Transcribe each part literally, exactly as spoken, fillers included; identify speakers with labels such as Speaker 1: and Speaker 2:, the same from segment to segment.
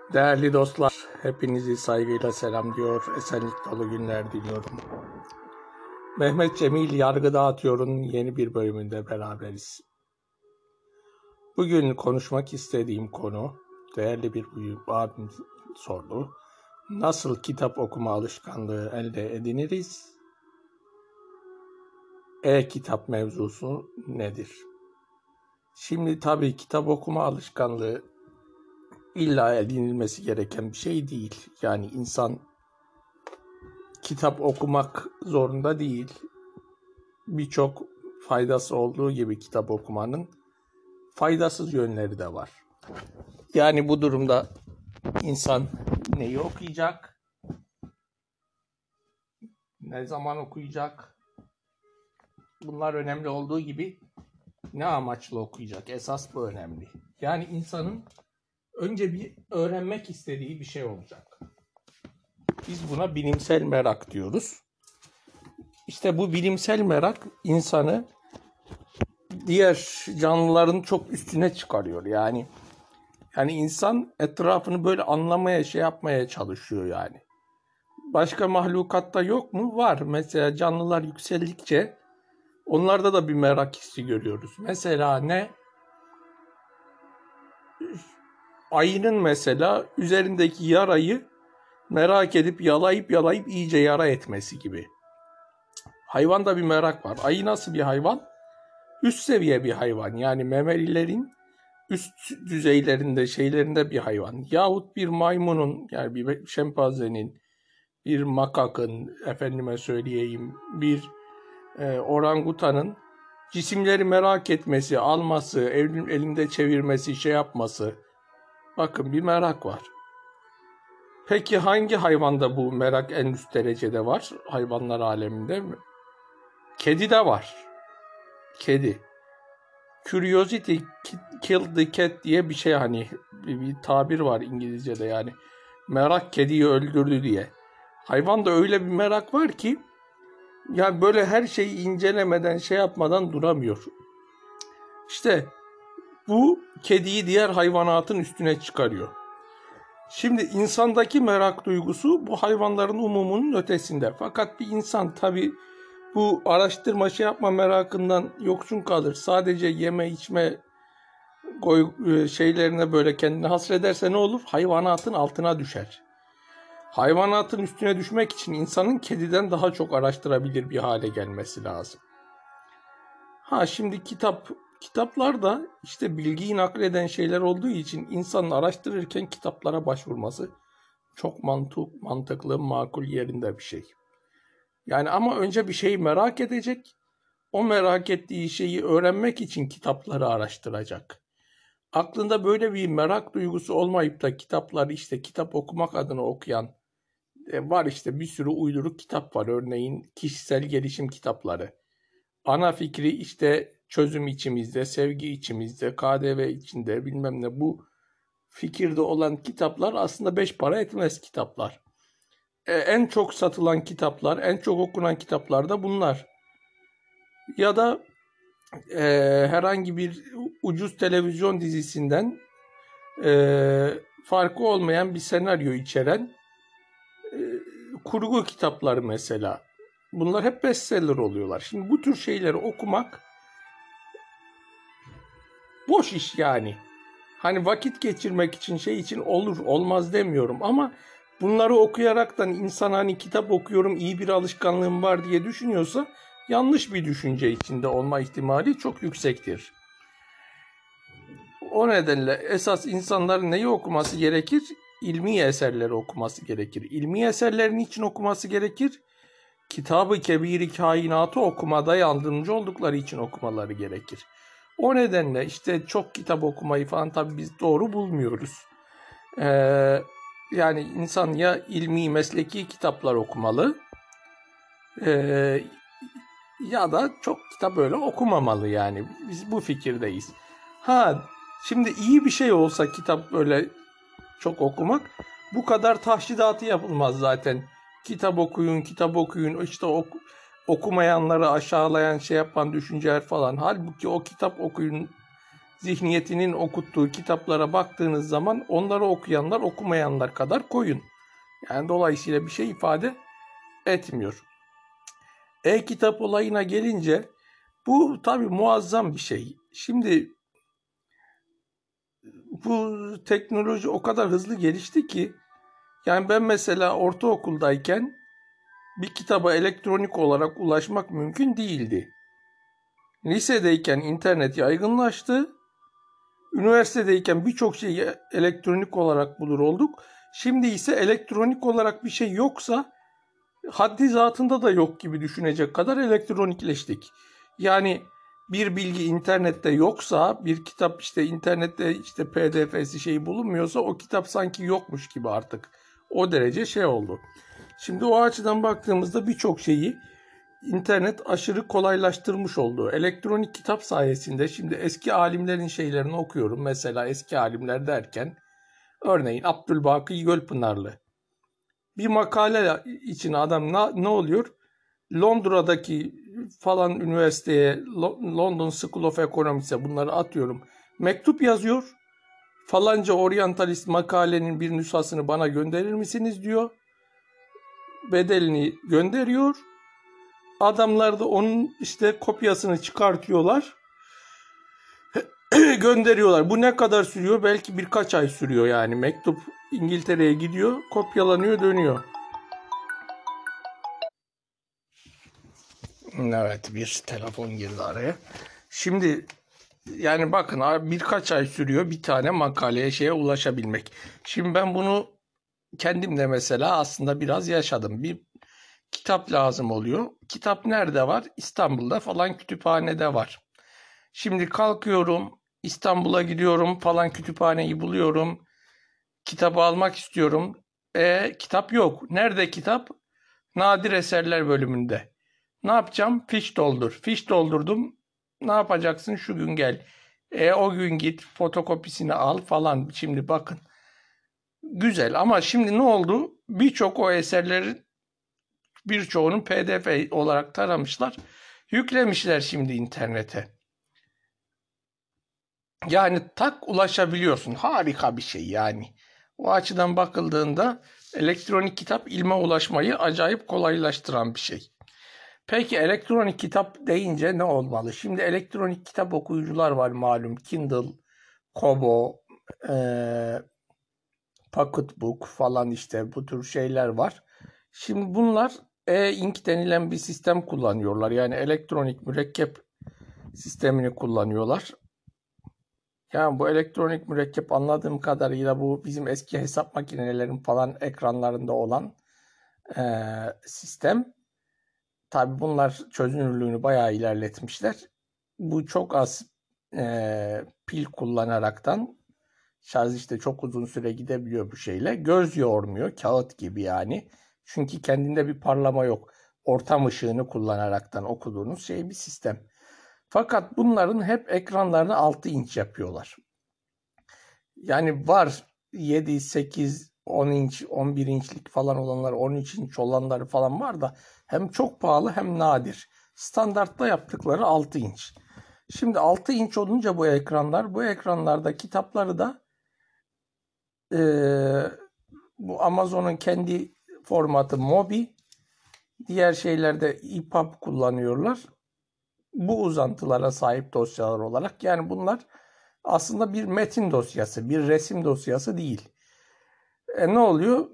Speaker 1: Değerli dostlar, hepinizi saygıyla selamlıyor, esenlik dolu günler diliyorum. Mehmet Cemil Yargı Dağıtıyor'un yeni bir bölümünde beraberiz. Bugün konuşmak istediğim konu, değerli bir abim sordu. Nasıl kitap okuma alışkanlığı elde ediniriz? E-kitap mevzusu nedir? Şimdi tabii kitap okuma alışkanlığı illa edinilmesi gereken bir şey değil. Yani insan kitap okumak zorunda değil. Birçok faydası olduğu gibi kitap okumanın faydasız yönleri de var. Yani bu durumda insan neyi okuyacak? Ne zaman okuyacak? Bunlar önemli olduğu gibi ne amaçla okuyacak? Esas bu önemli. Yani insanın önce bir öğrenmek istediği bir şey olacak. Biz buna bilimsel merak diyoruz. İşte bu bilimsel merak insanı diğer canlıların çok üstüne çıkarıyor. Yani yani insan etrafını böyle anlamaya, şey yapmaya çalışıyor yani. Başka mahlukatta yok mu? Var. Mesela canlılar yükseldikçe onlarda da bir merak hissi görüyoruz. Mesela ne? Ayının mesela üzerindeki yarayı merak edip yalayıp yalayıp iyice yara etmesi gibi. Hayvanda bir merak var. Ayı nasıl bir hayvan? Üst seviye bir hayvan. Yani memelilerin üst düzeylerinde, şeylerinde bir hayvan. Yahut bir maymunun, yani bir şempanzenin, bir makakın, efendime söyleyeyim, bir e, orangutanın cisimleri merak etmesi, alması, el, elinde çevirmesi, şey yapması. Bakın bir merak var. Peki hangi hayvanda bu merak en üst derecede var? Hayvanlar aleminde mi? Kedi de var. Kedi. Curiosity killed the cat diye bir şey, hani bir, bir tabir var İngilizce'de, yani merak kediyi öldürdü diye. Hayvanda öyle bir merak var ki yani böyle her şeyi incelemeden, şey yapmadan duramıyor. İşte bu kediyi diğer hayvanatın üstüne çıkarıyor. Şimdi insandaki merak duygusu bu hayvanların umumunun ötesinde. Fakat bir insan tabii bu araştırma, şey yapma merakından yoksun kalır. Sadece yeme içme şeylerine böyle kendini hasrederse ne olur? Hayvanatın altına düşer. Hayvanatın üstüne düşmek için insanın kediden daha çok araştırabilir bir hale gelmesi lazım. Ha şimdi kitap, kitaplarda işte bilgiyi nakleden şeyler olduğu için insanın araştırırken kitaplara başvurması çok mantık, mantıklı, makul yerinde bir şey. Yani ama önce bir şeyi merak edecek, o merak ettiği şeyi öğrenmek için kitapları araştıracak. Aklında böyle bir merak duygusu olmayıp da kitapları, işte kitap okumak adına okuyan e, var, işte bir sürü uyduruk kitap var. Örneğin kişisel gelişim kitapları. Ana fikri işte çözüm içimizde, sevgi içimizde, K D V içinde, bilmem ne, bu fikirde olan kitaplar aslında beş para etmez kitaplar. E, en çok satılan kitaplar, en çok okunan kitaplar da bunlar. Ya da e, herhangi bir ucuz televizyon dizisinden e, farkı olmayan bir senaryo içeren e, kurgu kitapları mesela. Bunlar hep bestseller oluyorlar. Şimdi bu tür şeyleri okumak boş iş yani. Hani vakit geçirmek için, şey için olur, olmaz demiyorum ama bunları okuyaraktan insan hani kitap okuyorum, iyi bir alışkanlığım var diye düşünüyorsa yanlış bir düşünce içinde olma ihtimali çok yüksektir. O nedenle esas insanların neyi okuması gerekir? İlmi eserleri okuması gerekir. İlmi eserlerin için okuması gerekir. Kitab-ı Kebir-i Kainat'ı okumada yardımcı oldukları için okumaları gerekir. O nedenle işte çok kitap okumayı falan tabii biz doğru bulmuyoruz. Ee, yani insan ya ilmi, mesleki kitaplar okumalı e, ya da çok kitap öyle okumamalı yani. Biz bu fikirdeyiz. Ha şimdi iyi bir şey olsa kitap böyle çok okumak, bu kadar tahşidatı yapılmaz zaten. Kitap okuyun, kitap okuyun, işte ok, okumayanları aşağılayan, şey yapan düşünceler falan. Halbuki o kitap okuyun zihniyetinin okuttuğu kitaplara baktığınız zaman onları okuyanlar okumayanlar kadar koyun. Yani dolayısıyla bir şey ifade etmiyor. E-kitap olayına gelince bu tabii muazzam bir şey. Şimdi bu teknoloji o kadar hızlı gelişti ki yani ben mesela ortaokuldayken bir kitaba elektronik olarak ulaşmak mümkün değildi. Lisedeyken internet yaygınlaştı. Üniversitedeyken birçok şeyi elektronik olarak bulur olduk. Şimdi ise elektronik olarak bir şey yoksa haddi zatında da yok gibi düşünecek kadar elektronikleştik. Yani bir bilgi internette yoksa, bir kitap işte internette işte P D F'si şeyi bulunmuyorsa o kitap sanki yokmuş gibi artık. O derece şey oldu. Şimdi o açıdan baktığımızda birçok şeyi internet aşırı kolaylaştırmış oldu. Elektronik kitap sayesinde şimdi eski alimlerin şeylerini okuyorum. Mesela eski alimler derken örneğin Abdülbaki Gölpınarlı. Bir makale için adam ne, ne oluyor? Londra'daki falan üniversiteye, London School of Economics'e bunları atıyorum. Mektup yazıyor. Falanca oryantalist makalenin bir nüshasını bana gönderir misiniz diyor. Bedelini gönderiyor. Adamlar da onun işte kopyasını çıkartıyorlar. Gönderiyorlar. Bu ne kadar sürüyor? Belki birkaç ay sürüyor yani. Mektup İngiltere'ye gidiyor, kopyalanıyor, dönüyor. Evet, bir telefon girdi araya. Şimdi yani bakın birkaç ay sürüyor bir tane makaleye şeye ulaşabilmek. Şimdi ben bunu kendim de mesela aslında biraz yaşadım. Bir kitap lazım oluyor. Kitap nerede var? İstanbul'da falan kütüphanede var. Şimdi kalkıyorum, İstanbul'a gidiyorum, falan kütüphaneyi buluyorum. Kitabı almak istiyorum. E kitap yok. Nerede kitap? Nadir eserler bölümünde. Ne yapacağım? Fiş doldur. Fiş doldurdum. Ne yapacaksın? Şu gün gel. E o gün git fotokopisini al falan. Şimdi bakın. Güzel ama şimdi ne oldu? Birçok o eserlerin birçoğunu P D F olarak taramışlar. Yüklemişler şimdi internete. Yani tak ulaşabiliyorsun. Harika bir şey yani. O açıdan bakıldığında elektronik kitap ilme ulaşmayı acayip kolaylaştıran bir şey. Peki elektronik kitap deyince ne olmalı? Şimdi elektronik kitap okuyucular var malum. Kindle, Kobo, e, Pocketbook falan işte bu tür şeyler var. Şimdi bunlar e-ink denilen bir sistem kullanıyorlar. Yani elektronik mürekkep sistemini kullanıyorlar. Yani bu elektronik mürekkep anladığım kadarıyla bu bizim eski hesap makinelerin falan ekranlarında olan e, sistem. Tabii bunlar çözünürlüğünü bayağı ilerletmişler. Bu çok az e, pil kullanaraktan şarj işte çok uzun süre gidebiliyor bu şeyle. Göz yormuyor, kağıt gibi yani. Çünkü kendinde bir parlama yok. Ortam ışığını kullanaraktan okuduğunuz şey bir sistem. Fakat bunların hep ekranlarını altı inç yapıyorlar. Yani var yedi, sekiz, on inç, on bir inçlik falan olanlar, on üç inç olanları falan var da hem çok pahalı hem nadir. Standartta yaptıkları altı inç. Şimdi altı inç olunca bu ekranlar, bu ekranlarda kitapları da e, bu Amazon'un kendi formatı Mobi, diğer şeylerde E P U B kullanıyorlar. Bu uzantılara sahip dosyalar olarak. Yani bunlar aslında bir metin dosyası, bir resim dosyası değil. E ne oluyor?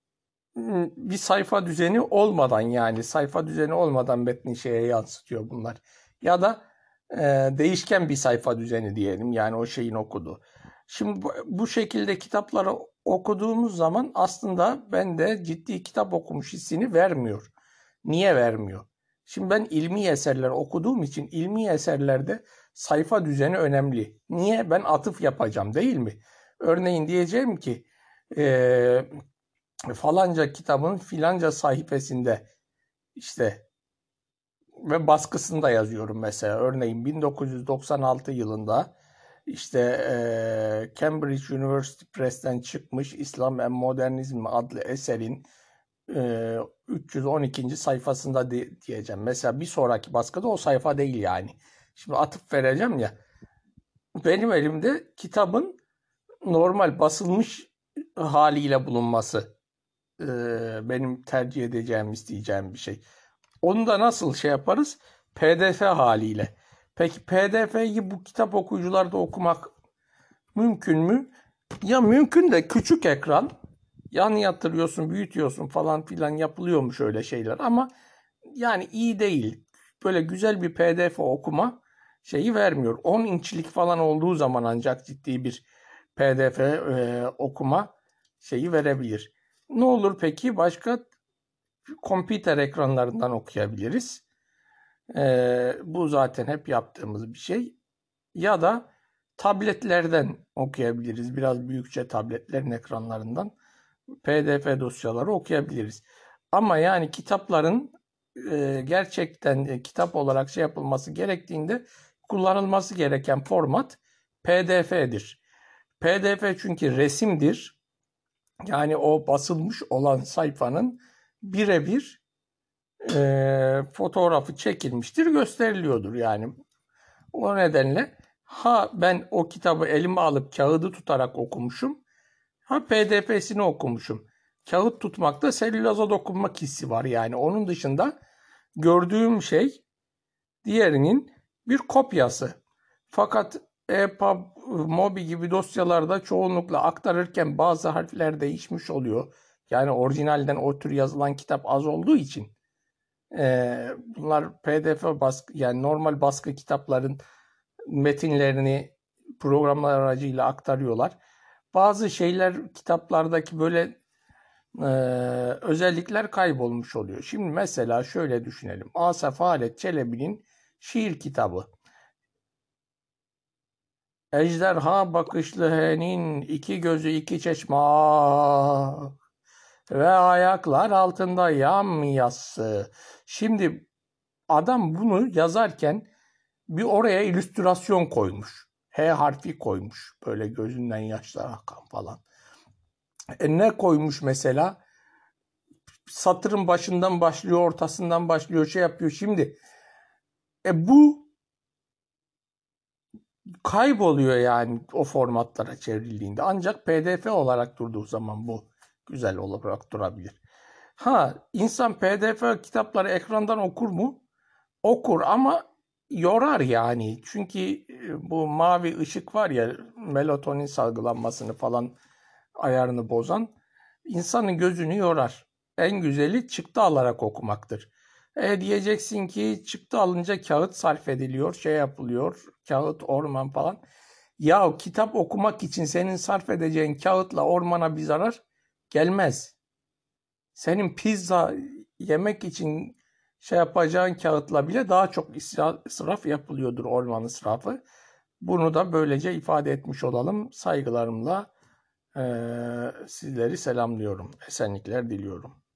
Speaker 1: Bir sayfa düzeni olmadan yani sayfa düzeni olmadan metni şeye yansıtıyor bunlar. Ya da e, değişken bir sayfa düzeni diyelim yani o şeyin okuduğu. Şimdi bu, bu şekilde kitapları okuduğumuz zaman aslında bende ciddi kitap okumuş hissini vermiyor. Niye vermiyor? Şimdi ben ilmi eserler okuduğum için ilmi eserlerde sayfa düzeni önemli. Niye? Ben atıf yapacağım değil mi? Örneğin diyeceğim ki e, falanca kitabın filanca sayfasında işte ve baskısında yazıyorum mesela. Örneğin bin dokuz yüz doksan altı yılında işte e, Cambridge University Press'ten çıkmış İslam ve Modernizm adlı eserin e, üç yüz on ikinci sayfasında di- diyeceğim. Mesela bir sonraki baskıda o sayfa değil yani. Şimdi atıf vereceğim ya. benim elimde kitabın normal basılmış haliyle bulunması e, benim tercih edeceğim, isteyeceğim bir şey. Onu da nasıl şey yaparız? P D F haliyle. Peki P D F'yi bu kitap okuyucularda okumak mümkün mü? Ya mümkün de küçük ekran. Yan yatırıyorsun, büyütüyorsun falan filan yapılıyormuş öyle şeyler ama yani iyi değil. Böyle güzel bir P D F okuma şeyi vermiyor. on inçlik falan olduğu zaman ancak ciddi bir P D F e, okuma şeyi verebilir. Ne olur peki? Başka kompüter ekranlarından okuyabiliriz. E, bu zaten hep yaptığımız bir şey. Ya da tabletlerden okuyabiliriz. Biraz büyükçe tabletlerin ekranlarından P D F dosyaları okuyabiliriz. Ama yani kitapların e, gerçekten e, kitap olarak şey yapılması gerektiğinde kullanılması gereken format P D F'dir. P D F çünkü resimdir. Yani o basılmış olan sayfanın birebir e, fotoğrafı çekilmiştir, gösteriliyordur. Yani o nedenle ha ben o kitabı elime alıp kağıdı tutarak okumuşum, ha P D F'sini okumuşum. Kağıt tutmakta selüloza dokunmak hissi var yani. Onun dışında gördüğüm şey diğerinin bir kopyası. Fakat EPUB, Mobi gibi dosyalarda çoğunlukla aktarırken bazı harfler değişmiş oluyor. Yani orijinalden o tür yazılan kitap az olduğu için e, bunlar P D F baskı yani normal baskı kitapların metinlerini programlar aracıyla aktarıyorlar. Bazı şeyler kitaplardaki böyle e, özellikler kaybolmuş oluyor. Şimdi mesela şöyle düşünelim. Asaf Halet Çelebi'nin şiir kitabı. Ejderha bakışlı henin iki gözü iki çeşme ah, ve ayaklar altında yam yassı. Şimdi adam bunu yazarken bir oraya illüstrasyon koymuş. H harfi koymuş. Böyle gözünden yaşlar akan falan. E ne koymuş mesela? Satırın başından başlıyor, ortasından başlıyor, şey yapıyor. Şimdi e bu kayboluyor yani o formatlara çevrildiğinde. Ancak P D F olarak durduğu zaman bu güzel olarak durabilir. Ha, insan P D F kitapları ekrandan okur mu? Okur ama yorar yani. Çünkü e, bu mavi ışık var ya, melatonin salgılanmasını falan ayarını bozan insanın gözünü yorar. En güzeli çıktı alarak okumaktır. E diyeceksin ki çıktı alınca kağıt sarf ediliyor, şey yapılıyor, kağıt, orman falan. Ya kitap okumak için senin sarf edeceğin kağıtla ormana bir zarar gelmez. Senin pizza yemek için şey yapacağın kağıtla bile daha çok israf yapılıyordur, orman israfı. Bunu da böylece ifade etmiş olalım. Saygılarımla eee, sizleri selamlıyorum. Esenlikler diliyorum.